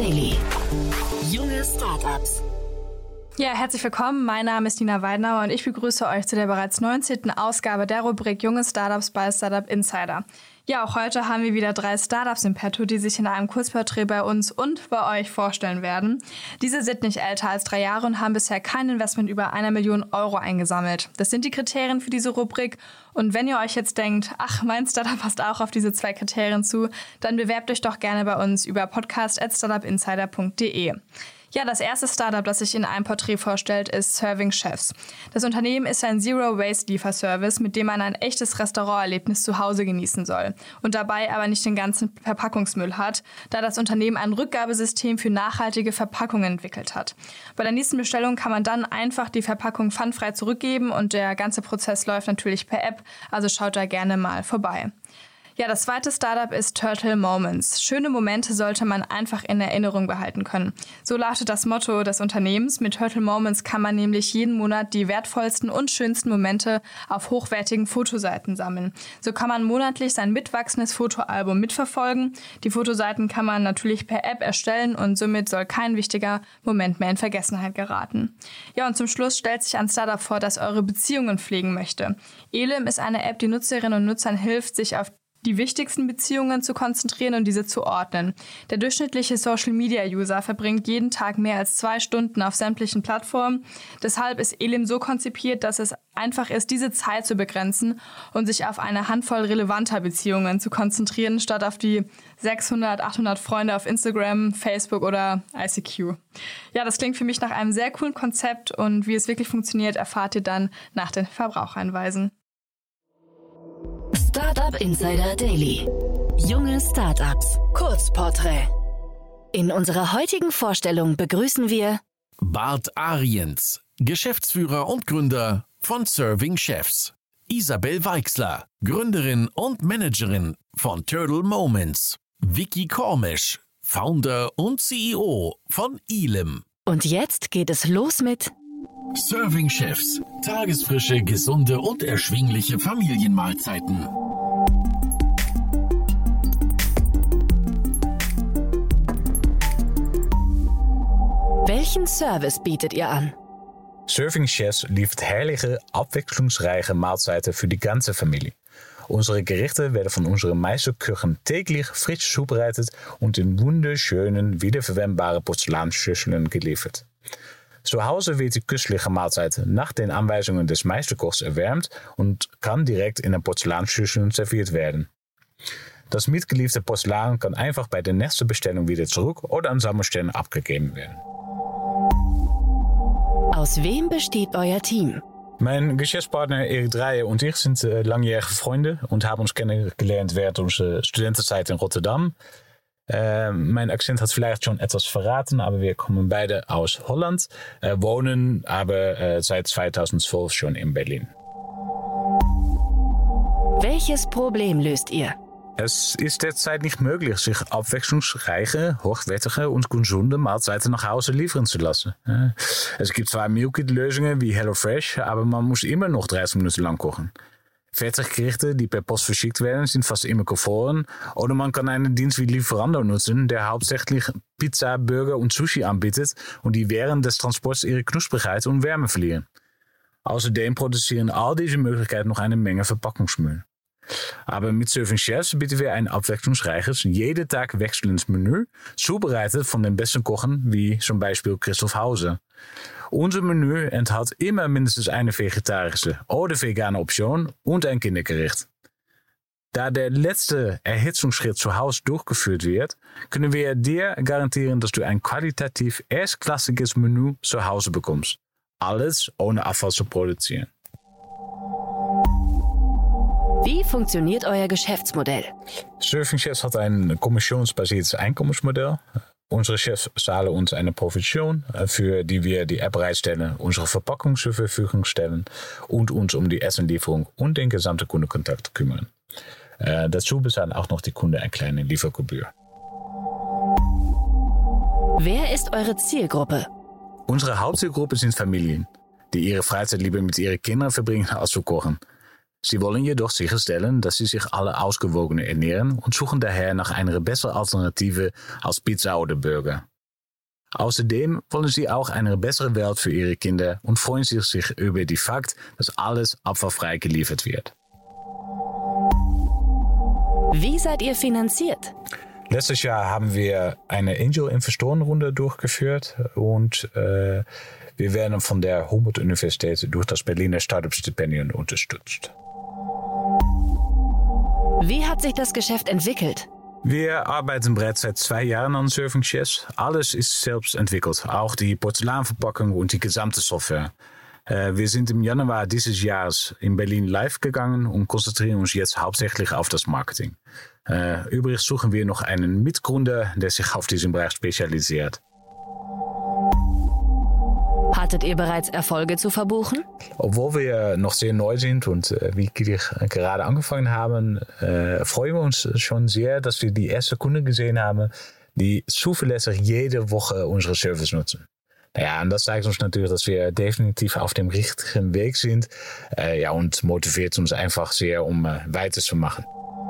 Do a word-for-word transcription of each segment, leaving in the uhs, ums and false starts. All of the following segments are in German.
Daily. Junge Startups. Ja, herzlich willkommen. Mein Name ist Nina Weidenauer und ich begrüße euch zu der bereits neunzehnten Ausgabe der Rubrik Junge Startups bei Startup Insider. Ja, auch heute haben wir wieder drei Startups im Petto, die sich in einem Kurzporträt bei uns und bei euch vorstellen werden. Diese sind nicht älter als drei Jahre und haben bisher kein Investment über einer Million Euro eingesammelt. Das sind die Kriterien für diese Rubrik. Und wenn ihr euch jetzt denkt, ach, mein Startup passt auch auf diese zwei Kriterien zu, dann bewerbt euch doch gerne bei uns über podcast at startup insider punkt de. Ja, das erste Startup, das sich in einem Porträt vorstellt, ist Serving Chefs. Das Unternehmen ist ein Zero-Waste-Lieferservice, mit dem man ein echtes Restauranterlebnis zu Hause genießen soll und dabei aber nicht den ganzen Verpackungsmüll hat, da das Unternehmen ein Rückgabesystem für nachhaltige Verpackungen entwickelt hat. Bei der nächsten Bestellung kann man dann einfach die Verpackung pfandfrei zurückgeben und der ganze Prozess läuft natürlich per App, also schaut da gerne mal vorbei. Ja, das zweite Startup ist Turtle Moments. Schöne Momente sollte man einfach in Erinnerung behalten können. So lautet das Motto des Unternehmens. Mit Turtle Moments kann man nämlich jeden Monat die wertvollsten und schönsten Momente auf hochwertigen Fotoseiten sammeln. So kann man monatlich sein mitwachsendes Fotoalbum mitverfolgen. Die Fotoseiten kann man natürlich per App erstellen und somit soll kein wichtiger Moment mehr in Vergessenheit geraten. Ja, und zum Schluss stellt sich ein Startup vor, das eure Beziehungen pflegen möchte. Elim ist eine App, die Nutzerinnen und Nutzern hilft, sich auf die wichtigsten Beziehungen zu konzentrieren und diese zu ordnen. Der durchschnittliche Social-Media-User verbringt jeden Tag mehr als zwei Stunden auf sämtlichen Plattformen. Deshalb ist Elim so konzipiert, dass es einfach ist, diese Zeit zu begrenzen und sich auf eine Handvoll relevanter Beziehungen zu konzentrieren, statt auf die sechshundert, achthundert Freunde auf Instagram, Facebook oder I C Q. Ja, das klingt für mich nach einem sehr coolen Konzept und wie es wirklich funktioniert, erfahrt ihr dann nach den Verbraucherhinweisen. Startup Insider Daily. Junge Startups. Kurzporträt. In unserer heutigen Vorstellung begrüßen wir Bart Ariens, Geschäftsführer und Gründer von Serving Chefs. Isabel Weixler, Gründerin und Managerin von Turtle Moments. Vicky Kormisch, Founder und C E O von Elim. Und jetzt geht es los mit Serving Chefs. Tagesfrische, gesunde und erschwingliche Familienmahlzeiten. Welchen Service bietet ihr an? Serving Chefs liefert herrliche, abwechslungsreiche Mahlzeiten für die ganze Familie. Unsere Gerichte werden von unseren Meisterköchen täglich frisch zubereitet und in wunderschönen, wiederverwendbaren Porzellanschüsseln geliefert. Zu Hause wird die köstliche Mahlzeit nach den Anweisungen des Meisterkochs erwärmt und kann direkt in einer Porzellanschüssel serviert werden. Das mitgelieferte Porzellan kann einfach bei der nächsten Bestellung wieder zurück oder an Sammelstellen abgegeben werden. Aus wem besteht euer Team? Mein Geschäftspartner Erik Dreyer und ich sind äh, langjährige Freunde und haben uns kennengelernt während unserer Studentenzeit in Rotterdam. Äh, mein Akzent hat vielleicht schon etwas verraten, aber wir kommen beide aus Holland, äh, wohnen aber äh, seit zweitausendzwölf schon in Berlin. Welches Problem löst ihr? Es ist derzeit nicht möglich, sich abwechslungsreiche, hochwertige und gesunde Mahlzeiten nach Hause liefern zu lassen. Es gibt zwar Meal-Kit-Lösungen wie HelloFresh, aber man muss immer noch dreißig Minuten lang kochen. Fertiggerichte, die per Post verschickt werden, sind fast immer gefroren. Oder man kann einen Dienst wie Lieferando nutzen, der hauptsächlich Pizza, Burger und Sushi anbietet und die während des Transports ihre Knusprigkeit und Wärme verlieren. Außerdem produzieren all diese Möglichkeiten noch eine Menge Verpackungsmüll. Aber mit Serving Chefs bieten wir ein abwechslungsreiches, jeden Tag wechselndes Menü, zubereitet von den besten Kochen, wie zum Beispiel Christoph Hauser. Unser Menü enthält immer mindestens eine vegetarische oder vegane Option und ein Kindergericht. Da der letzte Erhitzungsschritt zu Hause durchgeführt wird, können wir dir garantieren, dass du ein qualitativ erstklassiges Menü zu Hause bekommst. Alles ohne Abfall zu produzieren. Wie funktioniert euer Geschäftsmodell? Serving Chefs hat ein kommissionsbasiertes Einkommensmodell. Unsere Chefs zahlen uns eine Provision, für die wir die App bereitstellen, unsere Verpackung zur Verfügung stellen und uns um die Essenlieferung und den gesamten Kundenkontakt kümmern. Äh, dazu bezahlen auch noch die Kunden eine kleine Liefergebühr. Wer ist eure Zielgruppe? Unsere Hauptzielgruppe sind Familien, die ihre Freizeit lieber mit ihren Kindern verbringen als zu kochen. Sie wollen jedoch sicherstellen, dass sie sich alle ausgewogener ernähren und suchen daher nach einer besseren Alternative als Pizza oder Burger. Außerdem wollen sie auch eine bessere Welt für ihre Kinder und freuen sich über die Fakt, dass alles abfallfrei geliefert wird. Wie seid ihr finanziert? Letztes Jahr haben wir eine Angel-Investorenrunde durchgeführt und äh, wir werden von der Humboldt-Universität durch das Berliner Startup-Stipendium unterstützt. Wie hat sich das Geschäft entwickelt? Wir arbeiten bereits seit zwei Jahren an Serving Chefs. Alles ist selbst entwickelt, auch die Porzellanverpackung und die gesamte Software. Äh, wir sind im Januar dieses Jahres in Berlin live gegangen und konzentrieren uns jetzt hauptsächlich auf das Marketing. Äh, übrigens suchen wir noch einen Mitgründer, der sich auf diesen Bereich spezialisiert. Hattet ihr bereits Erfolge zu verbuchen? Obwohl wir noch sehr neu sind und äh, wie gerade angefangen haben, äh, freuen wir uns schon sehr, dass wir die ersten Kunden gesehen haben, die zuverlässig jede Woche unsere Service nutzen. Naja, und das zeigt uns natürlich, dass wir definitiv auf dem richtigen Weg sind. Äh, ja, und motiviert uns einfach sehr, um äh, weiterzumachen.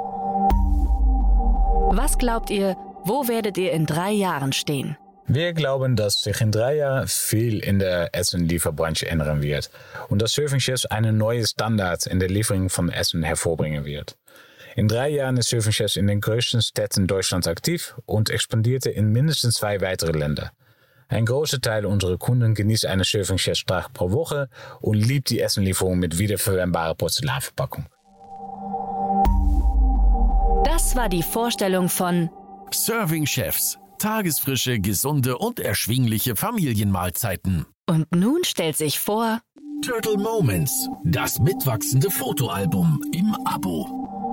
Was glaubt ihr, wo werdet ihr in drei Jahren stehen? Wir glauben, dass sich in drei Jahren viel in der Essenlieferbranche ändern wird und dass Serving Chefs einen neuen Standard in der Lieferung von Essen hervorbringen wird. In drei Jahren ist Serving Chefs in den größten Städten Deutschlands aktiv und expandierte in mindestens zwei weitere Länder. Ein großer Teil unserer Kunden genießt einen Serving Chefs Tag pro Woche und liebt die Essenlieferung mit wiederverwendbarer Porzellanverpackung. Das war die Vorstellung von Serving Chefs. Tagesfrische, gesunde und erschwingliche Familienmahlzeiten. Und nun stellt sich vor Turtle Moments, das mitwachsende Fotoalbum im Abo.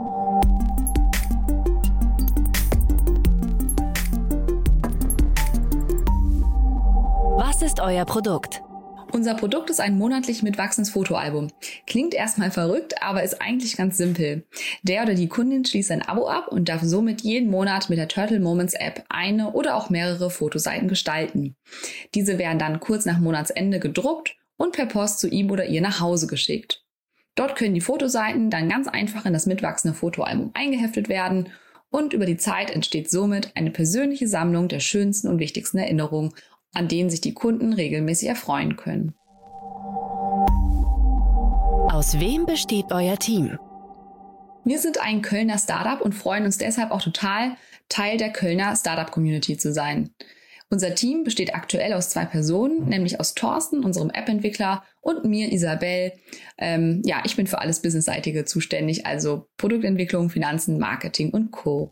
Was ist euer Produkt? Unser Produkt ist ein monatlich mitwachsendes Fotoalbum. Klingt erstmal verrückt, aber ist eigentlich ganz simpel. Der oder die Kundin schließt ein Abo ab und darf somit jeden Monat mit der Turtle Moments App eine oder auch mehrere Fotoseiten gestalten. Diese werden dann kurz nach Monatsende gedruckt und per Post zu ihm oder ihr nach Hause geschickt. Dort können die Fotoseiten dann ganz einfach in das mitwachsende Fotoalbum eingeheftet werden und über die Zeit entsteht somit eine persönliche Sammlung der schönsten und wichtigsten Erinnerungen, an denen sich die Kunden regelmäßig erfreuen können. Aus wem besteht euer Team? Wir sind ein Kölner Startup und freuen uns deshalb auch total, Teil der Kölner Startup-Community zu sein. Unser Team besteht aktuell aus zwei Personen, nämlich aus Thorsten, unserem App-Entwickler, und mir, Isabel. Ähm, ja, ich bin für alles Businessseitige zuständig, also Produktentwicklung, Finanzen, Marketing und Co.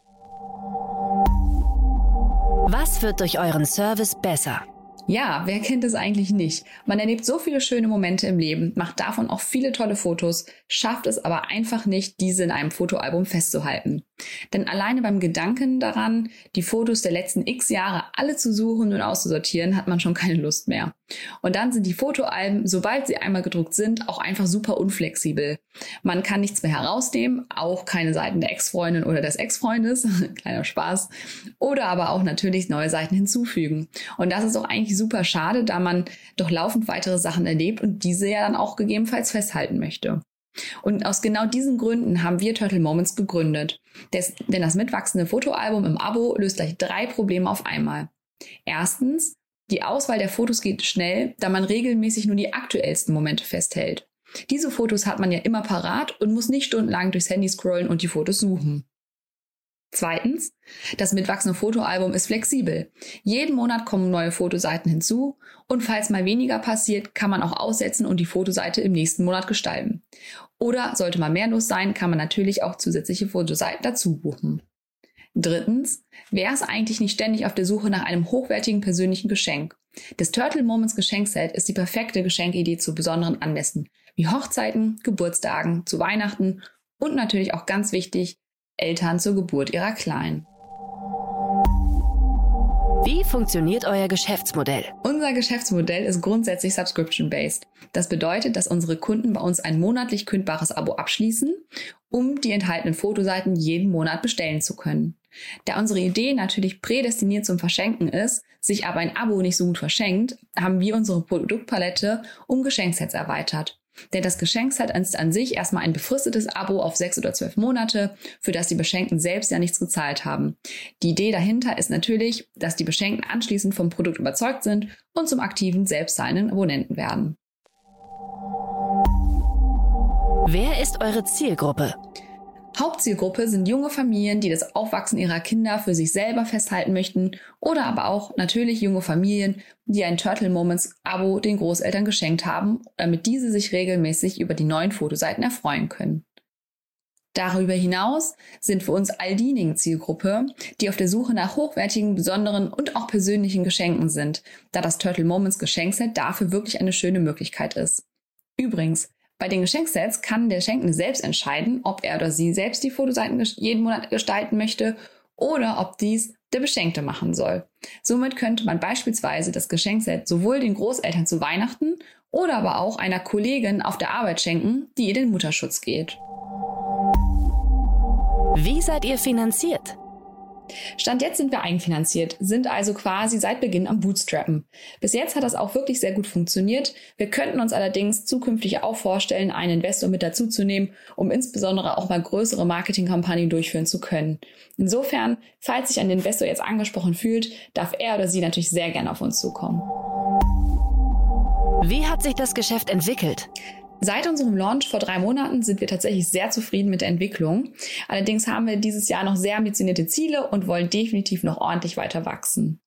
Was wird durch euren Service besser? Ja, wer kennt es eigentlich nicht? Man erlebt so viele schöne Momente im Leben, macht davon auch viele tolle Fotos, schafft es aber einfach nicht, diese in einem Fotoalbum festzuhalten. Denn alleine beim Gedanken daran, die Fotos der letzten x Jahre alle zu suchen und auszusortieren, hat man schon keine Lust mehr. Und dann sind die Fotoalben, sobald sie einmal gedruckt sind, auch einfach super unflexibel. Man kann nichts mehr herausnehmen, auch keine Seiten der Ex-Freundin oder des Ex-Freundes, kleiner Spaß, oder aber auch natürlich neue Seiten hinzufügen. Und das ist auch eigentlich super schade, da man doch laufend weitere Sachen erlebt und diese ja dann auch gegebenenfalls festhalten möchte. Und aus genau diesen Gründen haben wir Turtle Moments gegründet. Des, denn das mitwachsende Fotoalbum im Abo löst gleich drei Probleme auf einmal. Erstens, die Auswahl der Fotos geht schnell, da man regelmäßig nur die aktuellsten Momente festhält. Diese Fotos hat man ja immer parat und muss nicht stundenlang durchs Handy scrollen und die Fotos suchen. Zweitens, das mitwachsende Fotoalbum ist flexibel. Jeden Monat kommen neue Fotoseiten hinzu und falls mal weniger passiert, kann man auch aussetzen und die Fotoseite im nächsten Monat gestalten. Oder sollte mal mehr los sein, kann man natürlich auch zusätzliche Fotoseiten dazu buchen. Drittens, wer ist eigentlich nicht ständig auf der Suche nach einem hochwertigen persönlichen Geschenk? Das Turtle Moments Geschenkset ist die perfekte Geschenkidee zu besonderen Anlässen, wie Hochzeiten, Geburtstagen, zu Weihnachten und natürlich auch ganz wichtig, Eltern zur Geburt ihrer Kleinen. Wie funktioniert euer Geschäftsmodell? Unser Geschäftsmodell ist grundsätzlich subscription-based. Das bedeutet, dass unsere Kunden bei uns ein monatlich kündbares Abo abschließen, um die enthaltenen Fotoseiten jeden Monat bestellen zu können. Da unsere Idee natürlich prädestiniert zum Verschenken ist, sich aber ein Abo nicht so gut verschenkt, haben wir unsere Produktpalette um Geschenksets erweitert. Denn das Geschenkset ist an sich erstmal ein befristetes Abo auf sechs oder zwölf Monate, für das die Beschenkten selbst ja nichts gezahlt haben. Die Idee dahinter ist natürlich, dass die Beschenkten anschließend vom Produkt überzeugt sind und zum aktiven, selbstzahlenden Abonnenten werden. Wer ist eure Zielgruppe? Hauptzielgruppe sind junge Familien, die das Aufwachsen ihrer Kinder für sich selber festhalten möchten, oder aber auch natürlich junge Familien, die ein Turtle Moments Abo den Großeltern geschenkt haben, damit diese sich regelmäßig über die neuen Fotoseiten erfreuen können. Darüber hinaus sind für uns all diejenigen Zielgruppe, die auf der Suche nach hochwertigen, besonderen und auch persönlichen Geschenken sind, da das Turtle Moments Geschenkset dafür wirklich eine schöne Möglichkeit ist. Übrigens, bei den Geschenksets kann der Schenkende selbst entscheiden, ob er oder sie selbst die Fotoseiten jeden Monat gestalten möchte oder ob dies der Beschenkte machen soll. Somit könnte man beispielsweise das Geschenkset sowohl den Großeltern zu Weihnachten oder aber auch einer Kollegin auf der Arbeit schenken, die ihr den Mutterschutz geht. Wie seid ihr finanziert? Stand jetzt sind wir eigenfinanziert, sind also quasi seit Beginn am Bootstrappen. Bis jetzt hat das auch wirklich sehr gut funktioniert. Wir könnten uns allerdings zukünftig auch vorstellen, einen Investor mit dazuzunehmen, um insbesondere auch mal größere Marketingkampagnen durchführen zu können. Insofern, falls sich ein Investor jetzt angesprochen fühlt, darf er oder sie natürlich sehr gerne auf uns zukommen. Wie hat sich das Geschäft entwickelt? Seit unserem Launch vor drei Monaten sind wir tatsächlich sehr zufrieden mit der Entwicklung. Allerdings haben wir dieses Jahr noch sehr ambitionierte Ziele und wollen definitiv noch ordentlich weiter wachsen.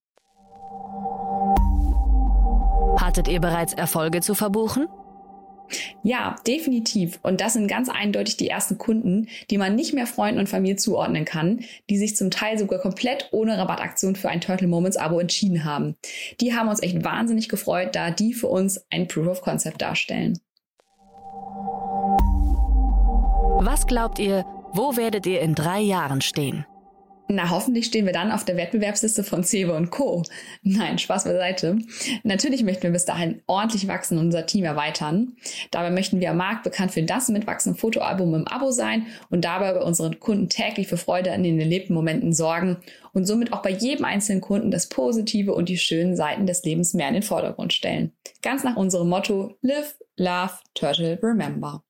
Hattet ihr bereits Erfolge zu verbuchen? Ja, definitiv. Und das sind ganz eindeutig die ersten Kunden, die man nicht mehr Freunden und Familie zuordnen kann, die sich zum Teil sogar komplett ohne Rabattaktion für ein Turtle Moments Abo entschieden haben. Die haben uns echt wahnsinnig gefreut, da die für uns ein Proof of Concept darstellen. Was glaubt ihr, wo werdet ihr in drei Jahren stehen? Na, hoffentlich stehen wir dann auf der Wettbewerbsliste von Cewe und Co. Nein, Spaß beiseite. Natürlich möchten wir bis dahin ordentlich wachsen und unser Team erweitern. Dabei möchten wir am Markt bekannt für das mitwachsende Fotoalbum im Abo sein und dabei bei unseren Kunden täglich für Freude an den erlebten Momenten sorgen und somit auch bei jedem einzelnen Kunden das Positive und die schönen Seiten des Lebens mehr in den Vordergrund stellen. Ganz nach unserem Motto Live, Love, Turtle, Remember.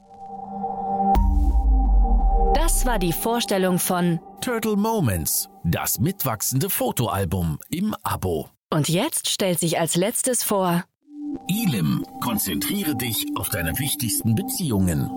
Das war die Vorstellung von Turtle Moments, das mitwachsende Fotoalbum im Abo. Und jetzt stellt sich als letztes vor Elim, konzentriere dich auf deine wichtigsten Beziehungen.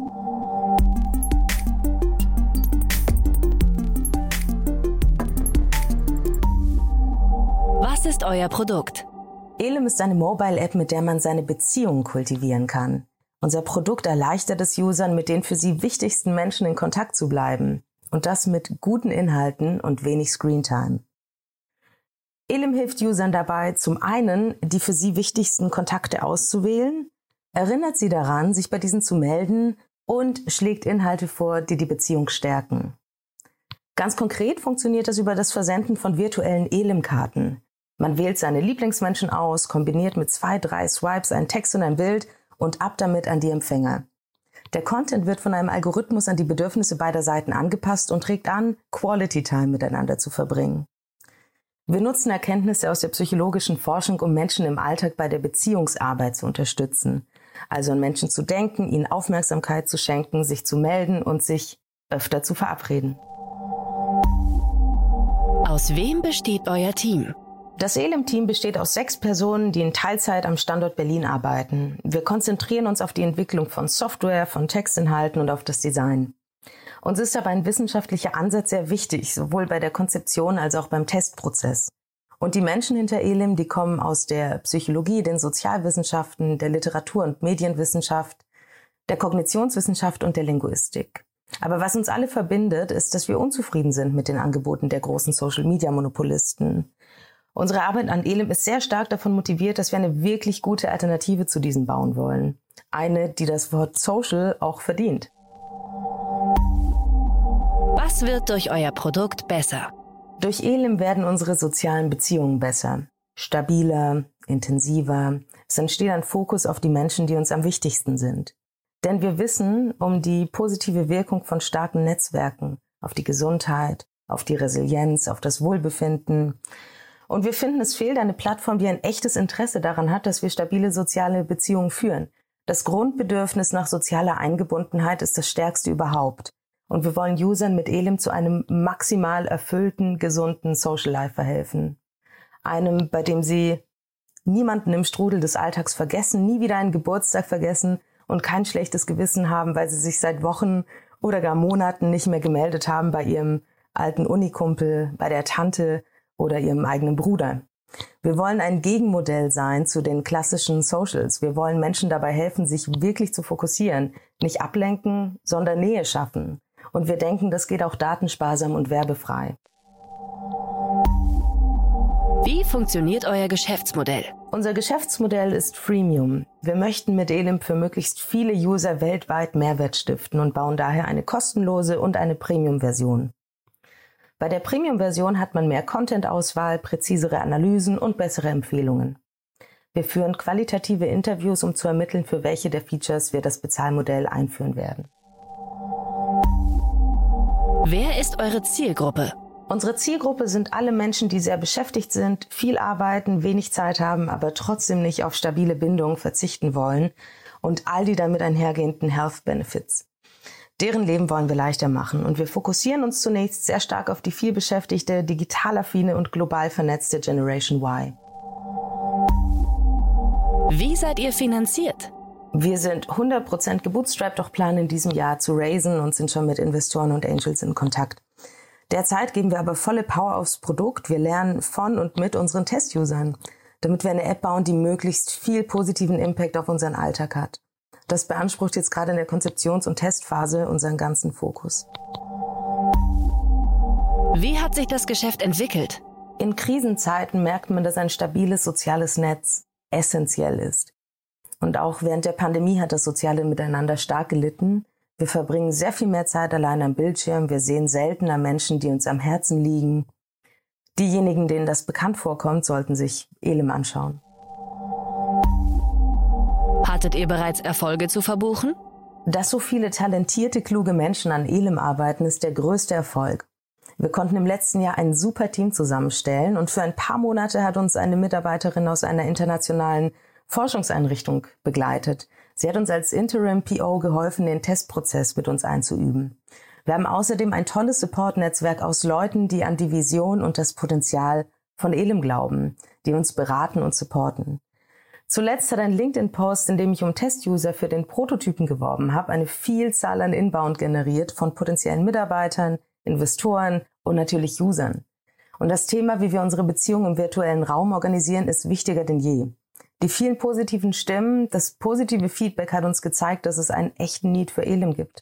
Was ist euer Produkt? Elim ist eine Mobile-App, mit der man seine Beziehungen kultivieren kann. Unser Produkt erleichtert es Usern, mit den für sie wichtigsten Menschen in Kontakt zu bleiben. Und das mit guten Inhalten und wenig Screentime. Elim hilft Usern dabei, zum einen die für sie wichtigsten Kontakte auszuwählen, erinnert sie daran, sich bei diesen zu melden und schlägt Inhalte vor, die die Beziehung stärken. Ganz konkret funktioniert das über das Versenden von virtuellen Elim-Karten. Man wählt seine Lieblingsmenschen aus, kombiniert mit zwei, drei Swipes einen Text und ein Bild und ab damit an die Empfänger. Der Content wird von einem Algorithmus an die Bedürfnisse beider Seiten angepasst und trägt an, Quality Time miteinander zu verbringen. Wir nutzen Erkenntnisse aus der psychologischen Forschung, um Menschen im Alltag bei der Beziehungsarbeit zu unterstützen. Also an Menschen zu denken, ihnen Aufmerksamkeit zu schenken, sich zu melden und sich öfter zu verabreden. Aus wem besteht euer Team? Das Elim-Team besteht aus sechs Personen, die in Teilzeit am Standort Berlin arbeiten. Wir konzentrieren uns auf die Entwicklung von Software, von Textinhalten und auf das Design. Uns ist aber ein wissenschaftlicher Ansatz sehr wichtig, sowohl bei der Konzeption als auch beim Testprozess. Und die Menschen hinter Elim, die kommen aus der Psychologie, den Sozialwissenschaften, der Literatur- und Medienwissenschaft, der Kognitionswissenschaft und der Linguistik. Aber was uns alle verbindet, ist, dass wir unzufrieden sind mit den Angeboten der großen Social-Media-Monopolisten. Unsere Arbeit an Elim ist sehr stark davon motiviert, dass wir eine wirklich gute Alternative zu diesen bauen wollen. Eine, die das Wort Social auch verdient. Was wird durch euer Produkt besser? Durch Elim werden unsere sozialen Beziehungen besser, stabiler, intensiver. Es entsteht ein Fokus auf die Menschen, die uns am wichtigsten sind. Denn wir wissen um die positive Wirkung von starken Netzwerken auf die Gesundheit, auf die Resilienz, auf das Wohlbefinden. Und wir finden, es fehlt eine Plattform, die ein echtes Interesse daran hat, dass wir stabile soziale Beziehungen führen. Das Grundbedürfnis nach sozialer Eingebundenheit ist das stärkste überhaupt. Und wir wollen Usern mit Elim zu einem maximal erfüllten, gesunden Social Life verhelfen. Einem, bei dem sie niemanden im Strudel des Alltags vergessen, nie wieder einen Geburtstag vergessen und kein schlechtes Gewissen haben, weil sie sich seit Wochen oder gar Monaten nicht mehr gemeldet haben bei ihrem alten Unikumpel, bei der Tante oder ihrem eigenen Bruder. Wir wollen ein Gegenmodell sein zu den klassischen Socials. Wir wollen Menschen dabei helfen, sich wirklich zu fokussieren, nicht ablenken, sondern Nähe schaffen. Und wir denken, das geht auch datensparsam und werbefrei. Wie funktioniert euer Geschäftsmodell? Unser Geschäftsmodell ist Freemium. Wir möchten mit Elim für möglichst viele User weltweit Mehrwert stiften und bauen daher eine kostenlose und eine Premium-Version. Bei der Premium-Version hat man mehr Content-Auswahl, präzisere Analysen und bessere Empfehlungen. Wir führen qualitative Interviews, um zu ermitteln, für welche der Features wir das Bezahlmodell einführen werden. Wer ist eure Zielgruppe? Unsere Zielgruppe sind alle Menschen, die sehr beschäftigt sind, viel arbeiten, wenig Zeit haben, aber trotzdem nicht auf stabile Bindung verzichten wollen und all die damit einhergehenden Health Benefits. Deren Leben wollen wir leichter machen und wir fokussieren uns zunächst sehr stark auf die vielbeschäftigte, digitalaffine und global vernetzte Generation Y. Wie seid ihr finanziert? Wir sind hundert Prozent gebootstrapped, doch planen in diesem Jahr zu raisen und sind schon mit Investoren und Angels in Kontakt. Derzeit geben wir aber volle Power aufs Produkt. Wir lernen von und mit unseren Test-Usern, damit wir eine App bauen, die möglichst viel positiven Impact auf unseren Alltag hat. Das beansprucht jetzt gerade in der Konzeptions- und Testphase unseren ganzen Fokus. Wie hat sich das Geschäft entwickelt? In Krisenzeiten merkt man, dass ein stabiles soziales Netz essentiell ist. Und auch während der Pandemie hat das soziale Miteinander stark gelitten. Wir verbringen sehr viel mehr Zeit allein am Bildschirm. Wir sehen seltener Menschen, die uns am Herzen liegen. Diejenigen, denen das bekannt vorkommt, sollten sich Elim anschauen. Hattet ihr bereits Erfolge zu verbuchen? Dass so viele talentierte, kluge Menschen an Elim arbeiten, ist der größte Erfolg. Wir konnten im letzten Jahr ein super Team zusammenstellen und für ein paar Monate hat uns eine Mitarbeiterin aus einer internationalen Forschungseinrichtung begleitet. Sie hat uns als Interim P O geholfen, den Testprozess mit uns einzuüben. Wir haben außerdem ein tolles Support-Netzwerk aus Leuten, die an die Vision und das Potenzial von Elim glauben, die uns beraten und supporten. Zuletzt hat ein LinkedIn-Post, in dem ich um Test-User für den Prototypen geworben habe, eine Vielzahl an Inbound generiert von potenziellen Mitarbeitern, Investoren und natürlich Usern. Und das Thema, wie wir unsere Beziehung im virtuellen Raum organisieren, ist wichtiger denn je. Die vielen positiven Stimmen, das positive Feedback hat uns gezeigt, dass es einen echten Need für Elim gibt.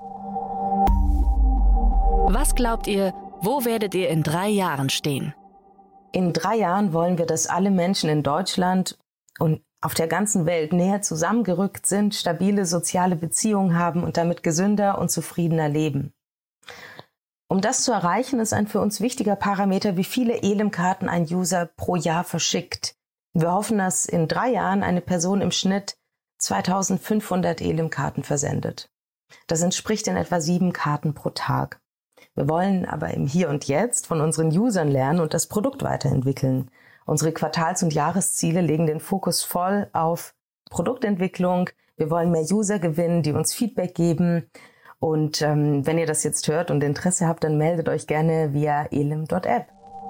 Was glaubt ihr, wo werdet ihr in drei Jahren stehen? In drei Jahren wollen wir, dass alle Menschen in Deutschland und auf der ganzen Welt näher zusammengerückt sind, stabile soziale Beziehungen haben und damit gesünder und zufriedener leben. Um das zu erreichen, ist ein für uns wichtiger Parameter, wie viele Elim-Karten ein User pro Jahr verschickt. Wir hoffen, dass in drei Jahren eine Person im Schnitt zweitausendfünfhundert Elim-Karten versendet. Das entspricht in etwa sieben Karten pro Tag. Wir wollen aber im Hier und Jetzt von unseren Usern lernen und das Produkt weiterentwickeln. Unsere Quartals- und Jahresziele legen den Fokus voll auf Produktentwicklung. Wir wollen mehr User gewinnen, die uns Feedback geben. Und ähm, wenn ihr das jetzt hört und Interesse habt, dann meldet euch gerne via elim punkt app.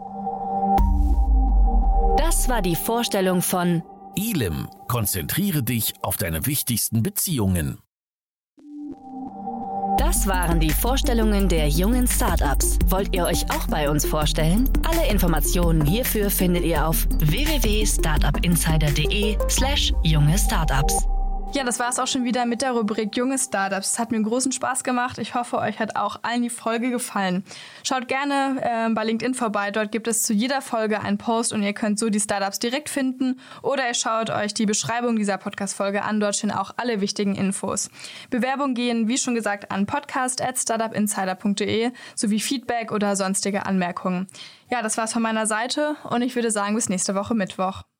Das war die Vorstellung von Elim. Konzentriere dich auf deine wichtigsten Beziehungen. Das waren die Vorstellungen der jungen Startups. Wollt ihr euch auch bei uns vorstellen? Alle Informationen hierfür findet ihr auf w w w punkt startupinsider punkt de slash junge Startups. Ja, das war es auch schon wieder mit der Rubrik Junge Startups. Es hat mir großen Spaß gemacht. Ich hoffe, euch hat auch allen die Folge gefallen. Schaut gerne äh, bei LinkedIn vorbei. Dort gibt es zu jeder Folge einen Post und ihr könnt so die Startups direkt finden. Oder ihr schaut euch die Beschreibung dieser Podcast-Folge an. Dort stehen auch alle wichtigen Infos. Bewerbungen gehen, wie schon gesagt, an podcast at startupinsider punkt de sowie Feedback oder sonstige Anmerkungen. Ja, das war's von meiner Seite und ich würde sagen, bis nächste Woche Mittwoch.